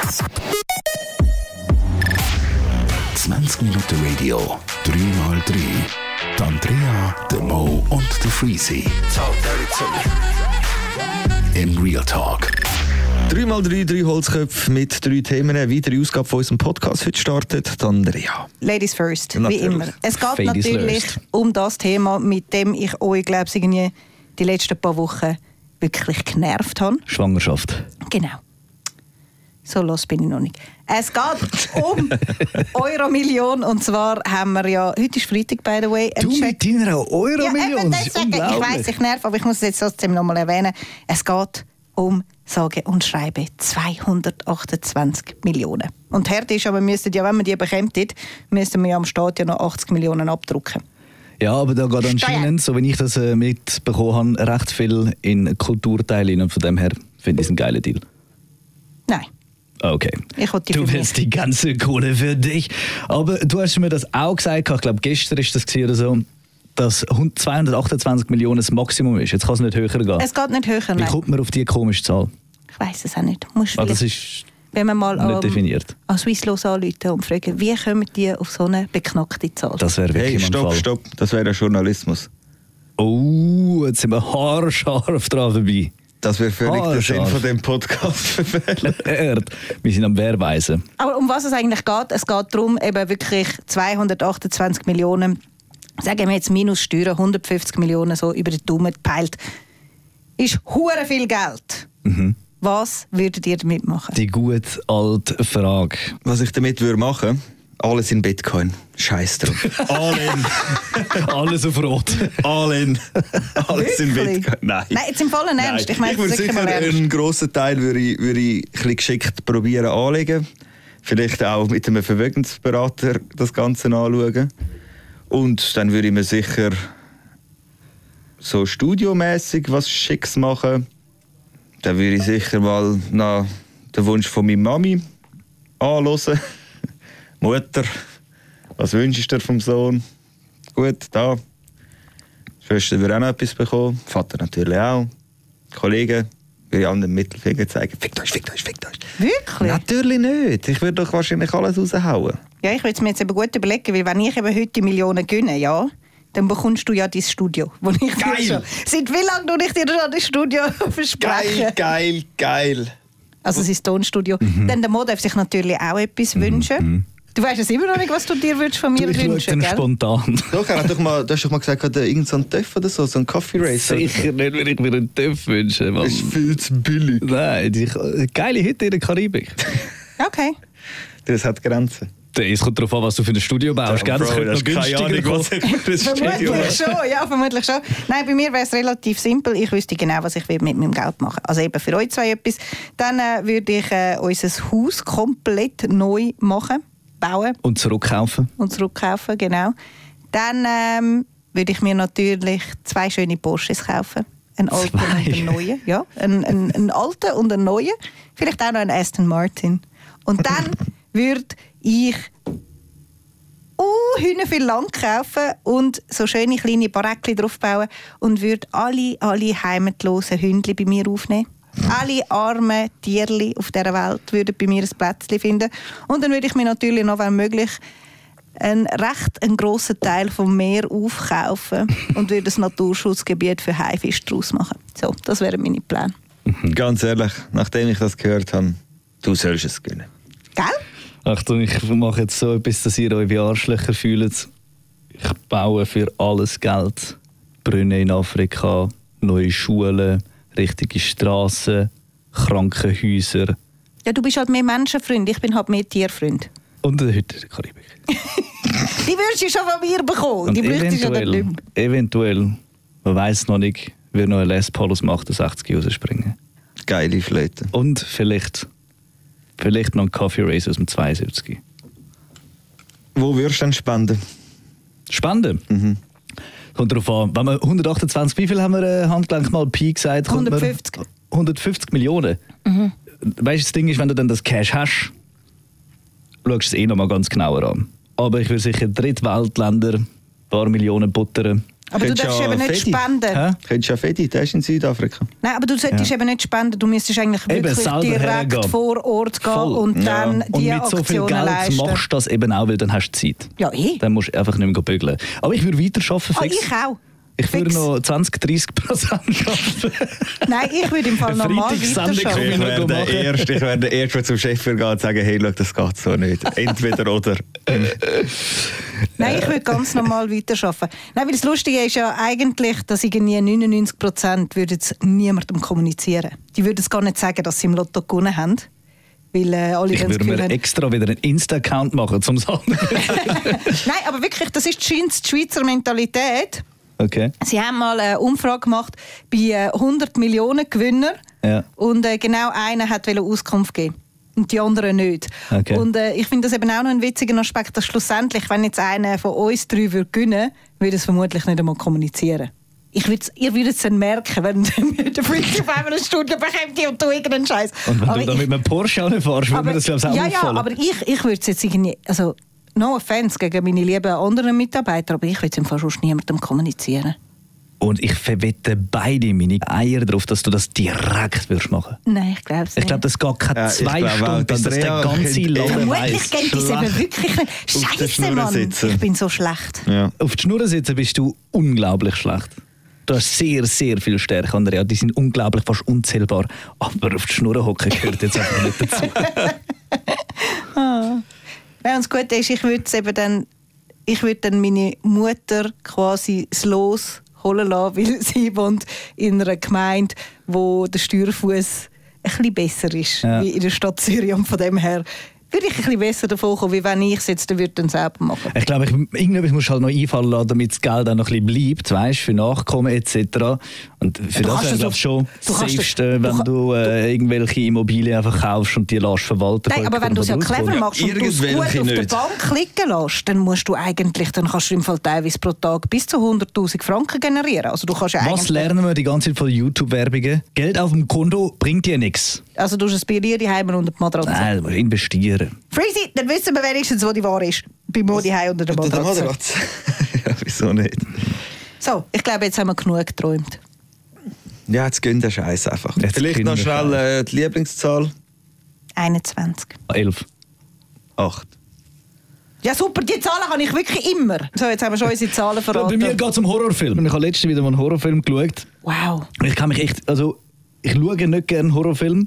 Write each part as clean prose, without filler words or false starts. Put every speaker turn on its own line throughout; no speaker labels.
20 Minuten Radio, 3x3. Die Andrea, der Mo und der Freezy. In Real Talk.
3x3, 3 Holzköpfe mit 3 Themen. Eine weitere Ausgabe von unserem Podcast heute startet. Die Andrea.
Ladies first,
Natürlich.
wie immer. Es geht
Ladies
natürlich
first.
um das Thema, mit dem ich euch, glaube ich, die letzten paar Wochen wirklich genervt habe.
Schwangerschaft.
Genau. So los bin ich noch nicht. Es geht um Euro-Million. Und zwar haben wir ja, heute ist Freitag, by the way.
Du mit deiner Euro-Million?
Ja, eben deswegen, ich weiss, ich nerv, aber ich muss es jetzt trotzdem noch mal erwähnen. Es geht um, sage und schreibe, 228 Millionen. Und Herd ist, aber wenn man die bekommt, müssten wir ja am Staat ja noch 80 Millionen abdrucken.
Ja, aber da geht anscheinend, so wie ich das mitbekommen habe, recht viel in Kulturteile rein. Und von dem her finde ich es ein geiler Deal.
Nein.
Okay.
Ich will die
Du
für
willst die ganze Kohle für dich. Aber du hast mir das auch gesagt, ich glaube gestern ist das oder so, dass 228 Millionen das Maximum ist. Jetzt kann es nicht höher gehen.
Es geht nicht höher,
Wie
nein.
kommt man auf diese komische Zahl?
Ich weiss es auch nicht. Musst
Das
vielleicht,
ist
wenn wir mal
nicht definiert.
an Swisslos anrufen und fragen, wie kommen die auf so eine beknackte Zahl?
Das wäre wirklich
Hey,
mal ein Fall.
stopp. Das wäre ja Journalismus.
Oh, jetzt sind wir haarscharf dran vorbei.
Das wäre völlig der Sinn
Scharf.
von dem Podcast verfehlen.
Wir sind am Wehrweisen.
Aber um was es eigentlich geht, es geht darum, eben wirklich 228 Millionen, sagen wir jetzt minus Steuern, 150 Millionen so über den Daumen gepeilt, ist hure viel Geld. Was würdet ihr damit machen?
Die gute alte Frage.
Was ich damit machen würde, alles in Bitcoin. Scheiß drauf. All in.
Alles auf Rot.
All in. Alles in
Wirklich?
Bitcoin. Nein.
Nein, jetzt im vollen Ernst. Ich meine,
ich würde
das wirklich
sicher
mal ernst.
einen grossen Teil würde ich ein bisschen geschickt probieren anlegen. Vielleicht auch mit einem Vermögensberater das Ganze anschauen. Und dann würde ich mir sicher so studiomässig was Schicks machen. Dann würde ich sicher mal nach den Wunsch von meiner Mami anhören. Mutter, was wünschst du dir vom Sohn? Gut, da. Die Schwester würde auch noch etwas bekommen. Vater natürlich auch. Kollegen würde ich allen den Mittelfinger zeigen. Fickt euch, fickt euch, fickt euch.
Wirklich?
Natürlich nicht. Ich würde doch wahrscheinlich alles raushauen.
Ja, ich würde es mir jetzt eben gut überlegen, weil wenn ich eben heute die Millionen gönne, ja, dann bekommst du ja dein Studio. Wo ich
Geil!
dir schon, seit wie lange du ich dir schon das Studio verspreche?
Geil.
Also sein Tonstudio. Dann der Mo darf sich natürlich auch etwas wünschen. Du weißt es immer noch nicht, was du dir von mir
Ich schaue
wünschen,
dann
gell?
spontan.
Doch, du hast doch mal gesagt, irgend so ein Töpf oder so ein Coffee Racer.
Sicher nicht, wenn ich mir einen Töpf wünsche. Mann.
Das ist viel zu billig.
Nein, die geile Hütte in der Karibik.
Okay.
Das hat Grenzen.
Es kommt darauf an, was du für ein Studio baust. Gell? Das
Bro,
könnte noch
hast keine Ahnung,
günstiger
was
kommen.
ich für ein Studio
Vermutlich schon, ja, vermutlich schon. Nein, bei mir wäre es relativ simpel. Ich wüsste genau, was ich mit meinem Geld machen will. Also eben für euch zwei etwas. Dann würde ich unser Haus komplett neu machen, bauen
Und zurückkaufen.
und zurückkaufen, genau. Dann würde ich mir natürlich 2 schöne Porsches kaufen. Einen alten und einen neuen. Ja, einen alten und einen neuen. Vielleicht auch noch einen Aston Martin. Und dann würde ich Hühner viel Land kaufen und so schöne kleine Barackchen drauf bauen und würde alle heimatlosen Hündchen bei mir aufnehmen. Alle armen Tierchen auf dieser Welt würden bei mir ein Plätzchen finden. Und dann würde ich mir natürlich noch, wenn möglich, einen grossen Teil vom Meer aufkaufen und würde das Naturschutzgebiet für Haifisch daraus machen. So, das wären meine Pläne.
Ganz ehrlich, nachdem ich das gehört habe, du sollst es gönnen.
Gell?
Achtung, ich mache jetzt so etwas, dass ihr euch wie Arschlöcher fühlt. Ich baue für alles Geld. Brunnen in Afrika, neue Schulen, richtige Strassen, Krankenhäuser.
Ja, du bist halt mehr Menschenfreund, ich bin halt mehr Tierfreund.
Und eine Hütte in der Karibik.
Die würdest du schon von mir bekommen.
Und
Die bräuchtest du ja dann nicht mehr.
eventuell, man weiss noch nicht, wird noch ein Les Paul aus dem 68 rausspringen.
Geile Flöte.
Und vielleicht noch ein Coffee Race aus dem 72.
Wo würdest du denn spenden?
Spannend. Kommt darauf an. Wenn wir 128, wie viel haben wir Handgelenk mal Pi gesagt? Kommt man-
150.
150 Millionen. Weißt du, das Ding ist, wenn du dann das Cash hast, schaust du es noch mal ganz genauer an. Aber ich würde sicher Drittweltländer ein paar Millionen buttern.
Aber du darfst eben nicht spenden.
Kennst du ja Fedi, der ist in Südafrika.
Nein, aber du solltest eben nicht spenden. Du müsstest eigentlich wirklich direkt
hergehen.
Vor Ort gehen und dann
und
die
mit so viel
Aktionen
Geld
leisten.
machst du das eben auch, weil dann hast du Zeit.
Ja,
Dann musst du einfach nicht mehr bügeln. Aber ich würde weiter arbeiten, fix.
Ich auch.
Ich würde
Fix.
noch 20-30% arbeiten.
Nein, ich würde im Fall normal
Freitagssendung
weiterarbeiten.
Ich wäre der Erste, der zum Chef will gehen und sagen, hey, schau, das geht so nicht. Entweder oder.
Nein, ich würde ganz normal weiterarbeiten. Nein, weil das Lustige ist ja eigentlich, dass irgendwie 99% würden es niemandem kommunizieren. Die würden es gar nicht sagen, dass sie im Lotto gewonnen haben. Weil alle
Ich
dann das
würde
Gefühl
mir
haben.
extra wieder einen Insta-Account machen, zum Sagen.
Nein, aber wirklich, das ist die Schweizer Mentalität.
Okay.
Sie haben mal eine Umfrage gemacht bei 100 Millionen Gewinnern
Ja.
und genau einer wollte Auskunft geben und die anderen nicht.
Okay.
Und ich finde das eben auch noch ein witziger Aspekt, dass schlussendlich, wenn jetzt einer von uns 3 würde gewinnen, würde es vermutlich nicht einmal kommunizieren. Ihr würdet es dann merken, wenn der Fritz auf einmal eine Stunde bekommt und du irgendeinen Scheiß.
Und wenn du da mit einem Porsche anfährst, würde mir das glaube ich auch
ja,
auffallen.
aber ich würde es jetzt irgendwie... Also, no offense gegen meine lieben anderen Mitarbeiter, aber ich würde es im Fall schon niemandem kommunizieren.
Und ich verwette beide meine Eier darauf, dass du das direkt würdest machen.
Nein, ich glaube es nicht.
Ich glaube, das geht keine
Ja,
2
glaube
Stunden,
auch,
bis das der
Andrea
ganze
könnte
Laden
Vermutlich
weiss.
geht es eben wirklich nicht.
auf der
Scheiße,
Schnur
Mann.
sitzen.
Ich bin so schlecht.
Ja.
Auf die Schnur sitzen bist du unglaublich schlecht. Du hast sehr, sehr viel Stärke, Andrea. Die sind unglaublich, fast unzählbar. Aber auf die Schnur hocken gehört jetzt einfach nicht dazu.
Ja, und das Gute ist, ich würde dann meine Mutter quasi das Los holen lassen, weil sie wohnt in einer Gemeinde, wo der Steuerfuss ein bisschen besser ist,
Ja.
wie in der Stadt Zürich. Und von dem her würde ich ein bisschen besser davon kommen, wie wenn ich es jetzt dann selber machen.
Ich glaube, irgendetwas musst du halt noch einfallen lassen, damit das Geld auch noch ein bisschen bleibt, weißt, für Nachkommen etc. Und für
Du
das
kannst
wäre
das
glaube ich schon
du
das
kannst
Safeste,
das-
wenn du irgendwelche Immobilien einfach kaufst und die lässt verwalten.
Nein, aber wenn du es ja clever machst und du es gut
irgendwelche
auf der
nicht.
Bank liegen lässt, dann kannst du im Fall teilweise pro Tag bis zu 100'000 Franken generieren. Also du kannst ja
Was
eigentlich...
lernen wir die ganze Zeit von YouTube-Werbungen? Geld auf dem Konto bringt dir nichts.
Also du hast es bei dir daheim unter die Matratze.
Nein, du musst investieren.
Freezy, dann wissen wir wenigstens, wo die Ware ist. Bei Modi heim unter der Matratze.
Ja, wieso nicht?
So, ich glaube, jetzt haben wir genug geträumt.
Ja, jetzt gönnt der Scheiß einfach.
Jetzt
Vielleicht
gönnt
noch
der
schnell die Lieblingszahl.
21.
11.
8.
Ja super, die Zahlen habe ich wirklich immer. So, jetzt haben wir schon unsere Zahlen
Bei
verraten.
mir geht es um Horrorfilm. Ich habe letztens wieder mal einen Horrorfilm geschaut.
Wow.
Ich kann mich echt, also ich schaue nicht gerne Horrorfilme,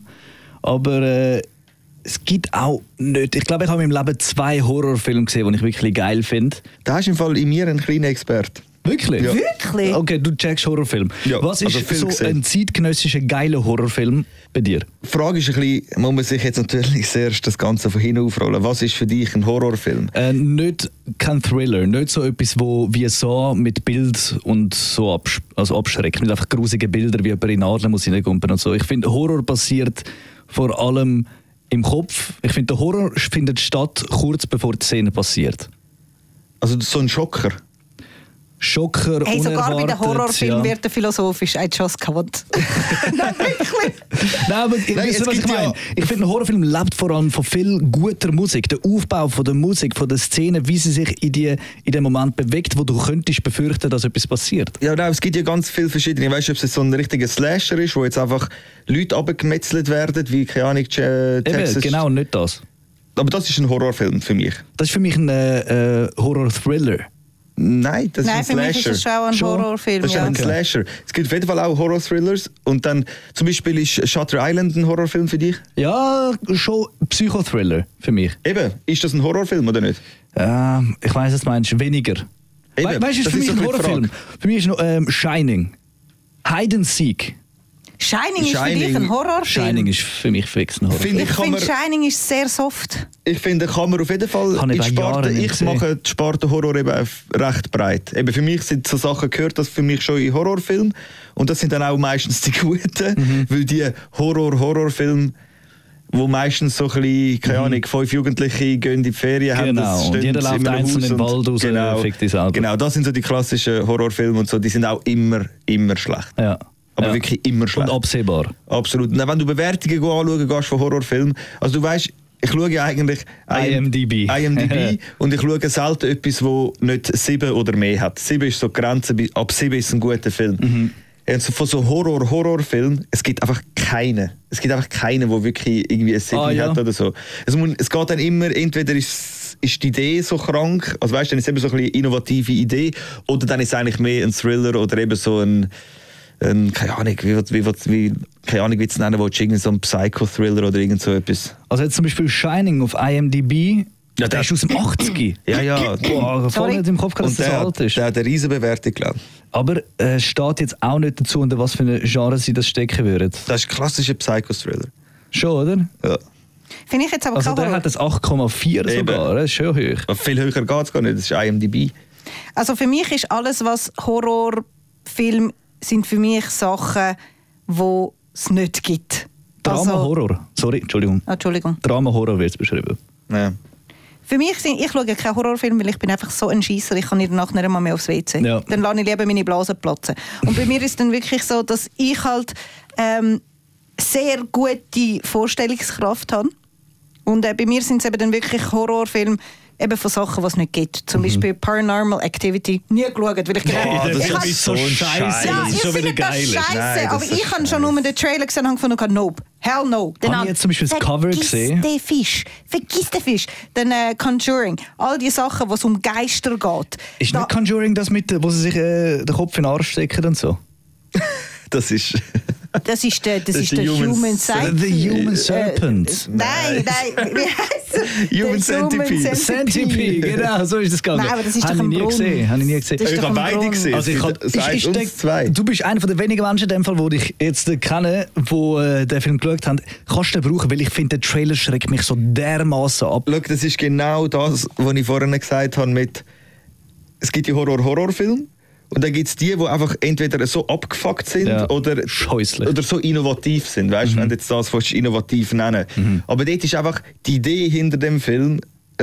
aber es gibt auch nicht. Ich glaube, ich habe in meinem Leben 2 Horrorfilme gesehen, die ich wirklich geil finde.
Da ist im Fall in mir ein kleiner Experte.
Wirklich?
Ja.
Wirklich?
Okay, du checkst Horrorfilm.
Ja,
Was ist
also viel
so
gesehen.
ein zeitgenössischer geiler Horrorfilm bei dir?
Die Frage ist ein bisschen, muss man sich jetzt natürlich zuerst das Ganze von hinten aufrollen. Was ist für dich ein Horrorfilm?
Nicht kein Thriller, nicht so etwas, wo wie so mit Bild und so abschreckt. Nicht einfach grusige Bilder, wie jemand in Nadeln muss hineingumpen und so. Ich finde, Horror passiert vor allem im Kopf. Ich finde, der Horror findet statt kurz bevor die Szene passiert.
Also so ein Schocker.
Schocker,
Hey, sogar bei den
unerwartet,
Horrorfilmen
ja.
wird er philosophisch. I just can't. Nein, wirklich.
Nein, aber
Nein,
wisst ihr,
es
was ich
gibt ja-
meine? Ich finde, ein Horrorfilm lebt vor allem von viel guter Musik. Der Aufbau von der Musik, von der Szene, wie sie sich in dem Moment bewegt, wo du könntest befürchten, dass etwas passiert.
Ja, nein, es gibt ja ganz viele verschiedene. Weißt du, ob es jetzt so ein richtiger Slasher ist, wo jetzt einfach Leute abgemetzelt werden, wie, keine Ahnung,
Eben,
Texas.
genau, nicht das.
Aber das ist ein Horrorfilm für mich.
Das ist für mich ein Horror-Thriller.
Nein, das
Nein,
ist
für
ein
mich ist
Slasher.
es schon ein
Schon?
Horrorfilm.
Das ist
Ja.
ein Slasher. Es gibt auf jeden Fall auch Horror-Thrillers. Und dann zum Beispiel ist Shutter Island ein Horrorfilm für dich?
Ja, schon Psychothriller für mich.
Eben, ist das ein Horrorfilm oder nicht?
Ich weiss, was du meinst, weniger.
Eben,
Weißt du, was
das
für
ist
mich
so
ein
ein bisschen die
Horrorfilm? Für mich ist noch Shining. Hide and Seek.
Shining ist für dich
Shining-
ein Horrorfilm.
Shining ist für mich fix ein Horrorfilm.
Finde
Ich
ich, kann
finde,
man,
Shining ist sehr soft.
ich finde, kann man auf jeden Fall
Habe ich
in
bei Jahren
Sparte.
nicht
Ich
gesehen.
mache die Sparte Horror eben recht breit. Eben für mich sind so Sachen gehört, das für mich schon in Horrorfilm. Und das sind dann auch meistens die guten,
Mhm.
weil die Horrorfilme, wo meistens so ein bisschen, keine Ahnung, 5 Jugendliche gehen in die Ferien, haben
Genau,
das
und jeder
sie
läuft
in einem
einzeln
Haus
in den
und-
Wald raus,
genau,
fickt sich selber.
genau, das sind so die klassischen Horrorfilme und so, die sind auch immer schlecht.
Ja.
Aber
Ja.
wirklich immer schlecht.
Und absehbar.
Absolut. Na, wenn du Bewertungen anschauen gehst von Horrorfilmen, also du weißt, ich schaue ja eigentlich
IMDb.
Und ich schaue selten etwas, wo nicht 7 oder mehr hat. 7 ist so die Grenze, ab 7 ist ein guter Film. Also von so Horrorfilmen, es gibt einfach keinen. Es gibt einfach keinen, der wirklich irgendwie ein 7 hat oder so. Es geht dann immer, entweder ist die Idee so krank, also weißt du, dann ist es eben so eine innovative Idee, oder dann ist es eigentlich mehr ein Thriller oder eben so ein keine Ahnung, wie zu nennen willst, irgendwie so ein Psycho-Thriller oder irgend so etwas.
Also jetzt zum Beispiel Shining auf IMDb, ja, der ist aus dem 80.
Ja.
Boah, voll nicht im Kopf gehabt, dass das alt ist.
Der hat eine riesen Bewertung, glaube ich.
Aber steht jetzt auch nicht dazu, unter was für eine Genre sie das stecken würden.
Das ist ein klassischer Psycho-Thriller.
Schon, oder?
Ja.
Finde ich jetzt aber
also der hat das 8,4 sogar, das ist schon hoch.
Aber viel höher geht es gar nicht, das ist IMDb.
Also für mich ist alles, was Horrorfilm sind für mich Sachen, die es nicht gibt.
Drama-Horror. Sorry, Entschuldigung. Drama-Horror wird es beschrieben.
Ja.
Für mich ich schaue keinen Horrorfilm, weil ich bin einfach so ein Scheisser, ich kann danach nicht einmal mehr aufs WC.
Ja.
Dann lasse ich lieber meine Blase platzen. Und bei mir ist es dann wirklich so, dass ich halt sehr gute Vorstellungskraft habe. Und bei mir sind es eben dann wirklich Horrorfilme, eben von Sachen, die es nicht gibt. Zum Beispiel Paranormal Activity. Nie geschaut, weil ich gedacht
das ist so scheiße.
Ja,
das ist
ich
schon wieder
finde das
geil.
scheiße, aber ich habe schon nur den Trailer gesehen und gefunden, nope, hell no. Dann
habe ich jetzt zum Beispiel das Cover gesehen.
Vergiss den Fisch. Dann Conjuring, all die Sachen, wo es um Geister geht.
Ist nicht Conjuring das mit, wo sie sich den Kopf in den Arsch stecken und so?
Das ist
der Human Centipede.
The Human Serpent.
Nein, wie heisst es?
Human Centipede.
Centipede, genau, so ist das gegangen.
Nein, aber das ist doch ein Brunnen.
Habe ich nie gesehen.
Ich habe beide gesehen.
Also
ich denke,
du bist einer der wenigen Menschen, in dem Fall, die ich jetzt kenne, die den Film geschaut haben. Kannst du den brauchen, weil ich finde, der Trailer schreckt mich so dermaßen ab.
Schau, das ist genau das, was ich vorhin gesagt habe mit es gibt die Horrorfilme. Und dann gibt es die einfach entweder so abgefuckt sind oder so innovativ sind. Weißt du, wenn du jetzt das innovativ nennen aber dort ist einfach die Idee hinter dem Film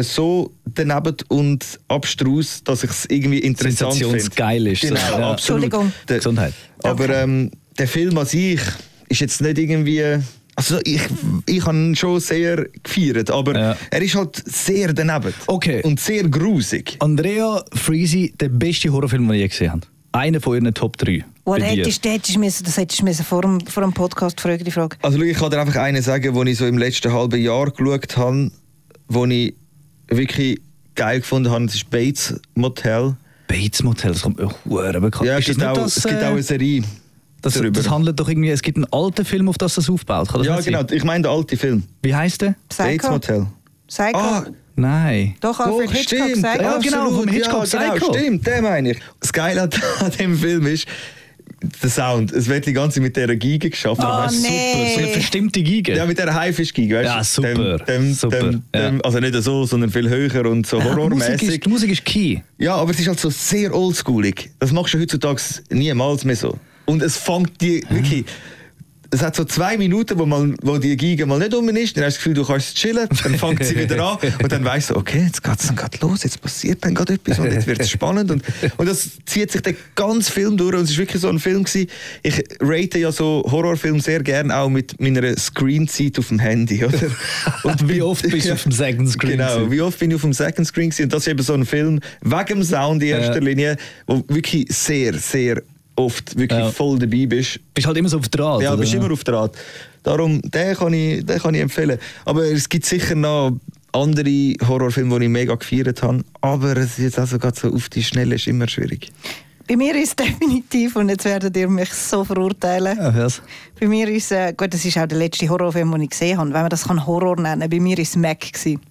so daneben und abstrus, dass ich es irgendwie interessant finde.
Sensationsgeil ist.
Genau,
so. Ja.
absolut.
Entschuldigung.
Gesundheit.
Aber der Film an sich ist jetzt nicht irgendwie... Also ich habe ihn schon sehr gefeiert, aber er ist halt sehr daneben und sehr grusig.
Andrea Freezy, der beste Horrorfilm, den ich je gesehen habe. Einer von ihren Top 3.
Oh, das hättest du vor dem Podcast fragen, die Frage.
Also ich kann dir einfach einen sagen, den ich so im letzten halben Jahr geschaut habe, den ich wirklich geil gefunden habe, das ist Bates Motel.
Bates Motel, das kommt mir bekannt.
Ja, es gibt auch eine Serie.
Das handelt doch irgendwie, es gibt einen alten Film, auf das aufbaut. Kann das
ja, genau. Ich meine den alten Film.
Wie heisst der?
Bates Motel.
Psycho?
Ah,
nein.
Doch, Alfred Hitchcock,
stimmt.
Psycho.
Ja, genau, vom Hitchcock, Psycho.
Genau, stimmt, den meine ich. Das Geile an dem Film ist, der Sound. Es wird die ganze Zeit mit dieser Geige geschafft.
Oh,
nee. Super, so eine verstimmte Geige.
Ja, mit dieser Haifisch-Geige, weißt du?
Ja, super.
Also nicht so, sondern viel höher und so horrormäßig.
Die Musik ist key.
Ja, aber es ist halt so sehr oldschoolig. Das machst du heutzutage niemals mehr so. Und es fängt die wirklich... Es hat so 2 Minuten, wo die Geige mal nicht ist, dann hast du das Gefühl, du kannst chillen, dann fängt sie wieder an und dann weißt du, okay, jetzt geht es dann gerade los, jetzt passiert dann gerade etwas und jetzt wird es spannend und das zieht sich den ganzen Film durch und es war wirklich so ein Film gewesen. Ich rate ja so Horrorfilme sehr gerne auch mit meiner Screenzeit auf dem Handy, oder?
Und wie oft bist du auf dem Second Screen?
Genau, wie oft bin ich auf dem Second Screen gewesen? Und das ist eben so ein Film, wegen dem Sound in erster Linie, wo wirklich sehr, sehr oft wirklich voll dabei bist.
Bist halt immer so auf Draht.
Ja,
oder?
Bist immer auf Draht. Darum, den kann ich empfehlen. Aber es gibt sicher noch andere Horrorfilme, die ich mega gefeiert habe. Aber es ist jetzt also gerade so auf die Schnelle ist immer schwierig.
Bei mir ist es definitiv, und jetzt werdet ihr mich so verurteilen.
Ja, was?
Bei mir ist gut, das ist auch der letzte Horrorfilm, den ich gesehen habe. Wenn man das Horror nennen kann, bei mir war es Mac.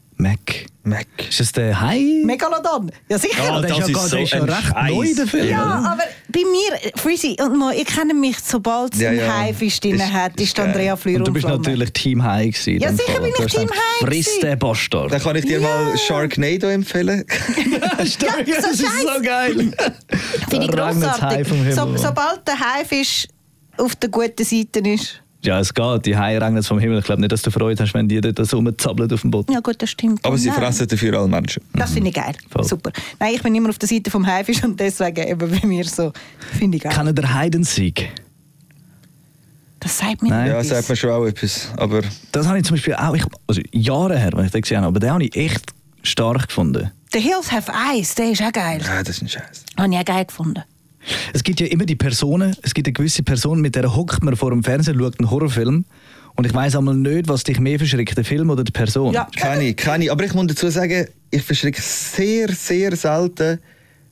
Mac. Ist das der Hai?
Megalodon? Ja, sicher.
Ja,
der ist ja recht neu, der Film.
Ja, aber bei mir, Freezy, ich kenne mich, sobald es einen Haifisch drin hat, ist Andrea Fleur.
Und du bist natürlich Team Hai gewesen.
Ja, sicher bin ich Team Hai.
Friss den Bastard.
Dann kann ich dir mal Sharknado empfehlen.
Stark, das ist so geil.
Finde ich grossartig. Sobald der Haifisch auf der guten Seite ist.
Ja, es geht. Die Haie regnen vom Himmel. Ich glaube nicht, dass du Freude hast, wenn die da so rumzappeln auf dem Boden.
Ja gut, das stimmt.
Aber sie fressen dafür alle Menschen.
Das finde ich geil.
Voll.
Super. Nein, ich bin immer auf der Seite vom Haifisch und deswegen eben bei mir so, finde ich geil.
Kennen der Hide and Seek?
Das sagt mir
Nein.
Ja,
etwas.
sagt mir schon auch etwas. Aber
Das habe ich zum Beispiel auch, also Jahre her, wenn ich den gesehen habe, aber den habe ich echt stark gefunden.
The Hills Have Eyes, der ist auch geil.
ja, das ist ein Scheiß.
Habe ich auch geil gefunden.
Es gibt ja immer die Personen, es gibt eine gewisse Person, mit der hockt man vor dem Fernseher, schaut einen Horrorfilm und ich weiss einmal nicht, was dich mehr verschreckt, der Film oder die Person.
Ja.
Keine ich. Aber ich muss dazu sagen, ich verschrecke sehr, sehr selten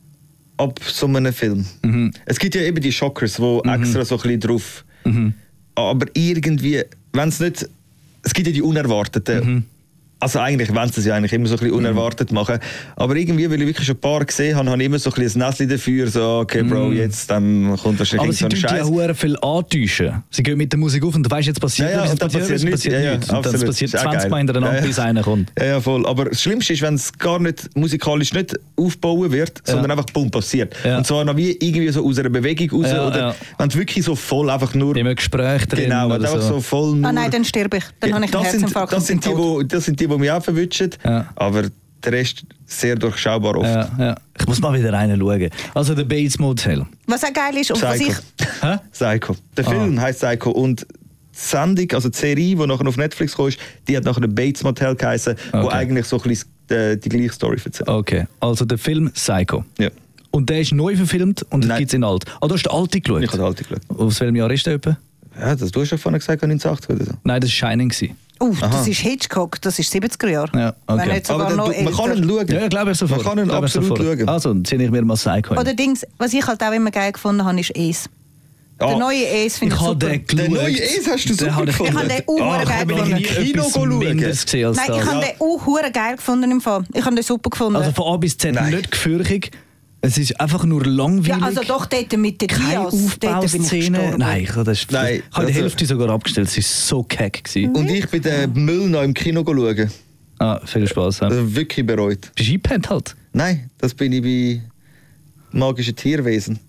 ab so einem Film. Es gibt ja eben die Schockers, die extra so ein bisschen drauf... Aber irgendwie, wenn es nicht... Es gibt ja die Unerwarteten. Also eigentlich wollen sie es ja eigentlich immer so ein bisschen unerwartet machen. Aber irgendwie, weil ich wirklich schon ein paar gesehen habe, habe ich immer so ein bisschen ein Näschen dafür. So, okay, Bro, jetzt kommt wahrscheinlich
Aber
so
sie
ein
tun ja
Scheiß.
sehr viel antäuschen. Sie gehen mit der Musik auf und du weißt, jetzt passiert
Ja, ja,
etwas,
und dann passiert nichts. Ja, ja,
nichts. Und dann
absolut.
passiert
Ist auch
20
geil.
Mal hintereinander,
Ja, ja.
bis einer kommt.
Ja, ja, voll. Aber das Schlimmste ist, wenn es gar nicht musikalisch nicht aufbauen wird, sondern einfach bumm passiert.
Ja.
Und zwar noch wie irgendwie so aus einer Bewegung raus.
Ja,
oder
ja.
wenn es wirklich so voll einfach nur...
Immer Gespräch drin.
Genau, wenn
oder
einfach so voll nur...
Ah nein, dann sterbe ich. Dann habe ich einen
das sind,
Herzinfarkt.
das, sind das sind die mich auch verwünschen.
Ja.
Aber der Rest sehr durchschaubar oft.
Ja, ja. Ich muss mal wieder rein schauen. Also The Bates Motel.
Was auch geil ist und was
Psycho.
ich...
Hä?
Psycho. Der Film heisst Psycho und die Sendung, also die Serie, die nachher auf Netflix kam, die hat nachher Bates Motel geheißen, wo
Okay.
eigentlich so ein bisschen die gleiche Story erzählt.
Okay, also der Film Psycho.
Ja.
Und der ist neu verfilmt und es
Nein.
gibt es in alt. Ah, du hast den alten geschaut?
Ich habe halt geschaut.
Aus welchem Jahr ist der etwa?
Ja, das du hast ja vorhin gesagt, 1980 oder so.
Nein, das war Shining. gewesen.
Das ist Hitchcock, das ist 70er Jahre.
Ja, okay.
Wenn nicht sogar
Aber
noch
man kann ihn
älter.
schauen.
Ja, ich glaube ich sofort.
Man kann ihn
Glaube ich
absolut
sofort.
schauen.
Also, ziehe ich mir mal Psycho hin.
Oder Dings, was ich halt auch immer geil gefunden habe, ist Ace.
Ah,
Der neue Ace finde
Ich
ich
habe
super.
den geschaut.
Den neuen Ace hast du
Den
super
habe
gefunden?
Ich habe den auch
Ah, ich
geil
habe
gefunden.
nie
Kino
etwas
schauen.
Minderes gesehen als
Nein,
das.
ich habe den auch hure geil gefunden im Fall. Ich habe den super gefunden.
Also von A bis Z
Nein.
nicht gefürchtig. Es ist einfach nur langweilig.
ja, also doch dort mit den
keine
Dias. Dort bin ich
Aufbauszene.
gestorben.
Nein, ich habe das,
Nein,
ich habe die
also-
Hälfte sogar abgestellt. Es war so keck. gewesen.
Und ich bin den Müll noch im Kino schauen.
Ah, viel Spaß. Ja.
Also wirklich bereut.
Bist du eingepennt halt?
Nein, das bin ich bei magischen Tierwesen.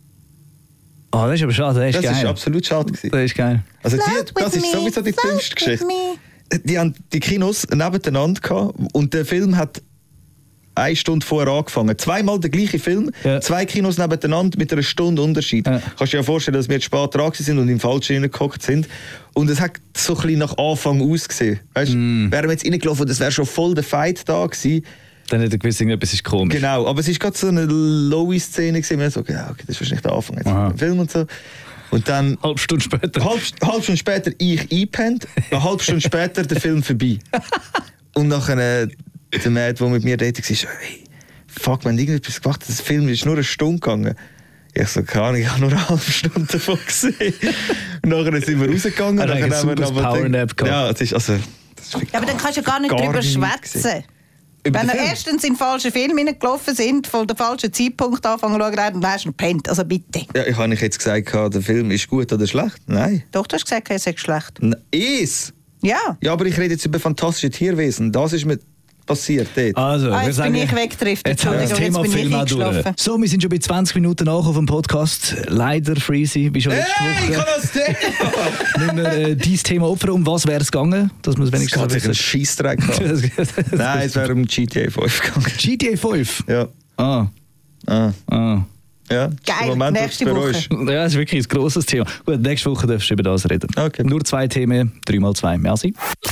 Ah, das ist aber schade. Das ist
Das
geil.
ist absolut schade gewesen.
Das ist geil.
Also
Float
das
with
ist
me,
sowieso die
float
dümmste
with
Geschichte.
me.
Die haben die Kinos nebeneinander gehabt und der Film hat 1 Stunde vorher angefangen. Zweimal der gleiche Film,
Ja.
2 Kinos nebeneinander mit einer Stunde Unterschied.
Ja.
Kannst du dir ja vorstellen, dass wir jetzt spät dran sind und im Falschen reingehockt sind. Und es hat so ein bisschen nach Anfang ausgesehen. Weißt, wären wir jetzt reingelaufen, das wäre schon voll der Fight da gewesen.
Dann hat er gewusst, irgendetwas ist komisch.
Genau, aber es war gerade so eine lowy-Szene gewesen. Wir so, ja, okay, das ist wahrscheinlich der Anfang jetzt
Aha.
vom Film und so. Und dann
Halb Stunde später.
halb Stunde später ich eingepennt, eine halbe Stunde später der Film vorbei. Und nachher der Matt, der mit mir redet, war so, hey, fuck, wir haben irgendetwas gemacht, das Film ist nur eine Stunde gegangen. Ich so, keine Ahnung, ich habe nur eine halbe Stunde davon gesehen. Und nachher sind wir rausgegangen.
Er hat
nachher
eigentlich
haben wir
ein super Powernap gehabt.
Ja, es ist also... Das ist wirklich
Ja, aber dann kannst du gar nicht
Gar
drüber
nicht
schwätzen.
gesehen. Über
Wenn
den
wir
Film?
erstens in den falschen Film hineingelaufen sind, von dem falschen Zeitpunkt anfangen zu schauen, dann hast du gepennt. Also bitte.
Ja, ich habe jetzt gesagt, der Film ist gut oder schlecht. Nein.
Doch, du hast gesagt, es ist schlecht.
Ist.
Ja.
Ja, aber ich rede jetzt über fantastische Tierwesen. Das ist mir passiert dort.
Also, wir
jetzt
sagen,
bin ich weggetrifft.
Jetzt haben wir das
Entschuldigung,
Thema
jetzt bin ich
Film auch durch.
eingeschlafen.
So, wir sind schon bei 20 Minuten nach auf dem Podcast. Leider, Freezy, wie schon letzte
Hey, ich
Woche.
kann das Thema!
Müssen wir dieses Thema opfern. Um was wäre es gegangen? Dass wir es
Es
wenigstens
geht sich einen
wissen.
Scheissdreck an. Nein, es wäre um GTA 5 gegangen.
GTA 5?
Ja.
Ah,
Ah.
ah.
Ja, das ist der
Geil,
Moment, wo
nächste
du bereust.
Woche.
Ja, das ist wirklich ein grosses Thema. Gut, nächste Woche darfst du über das reden.
Okay.
Nur 2 Themen, 3x2. Merci.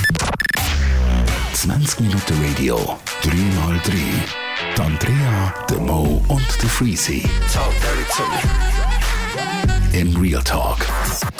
20 Minuten Radio, 3x3. Die Andrea, der Mo und der Freezy. Im Real Talk.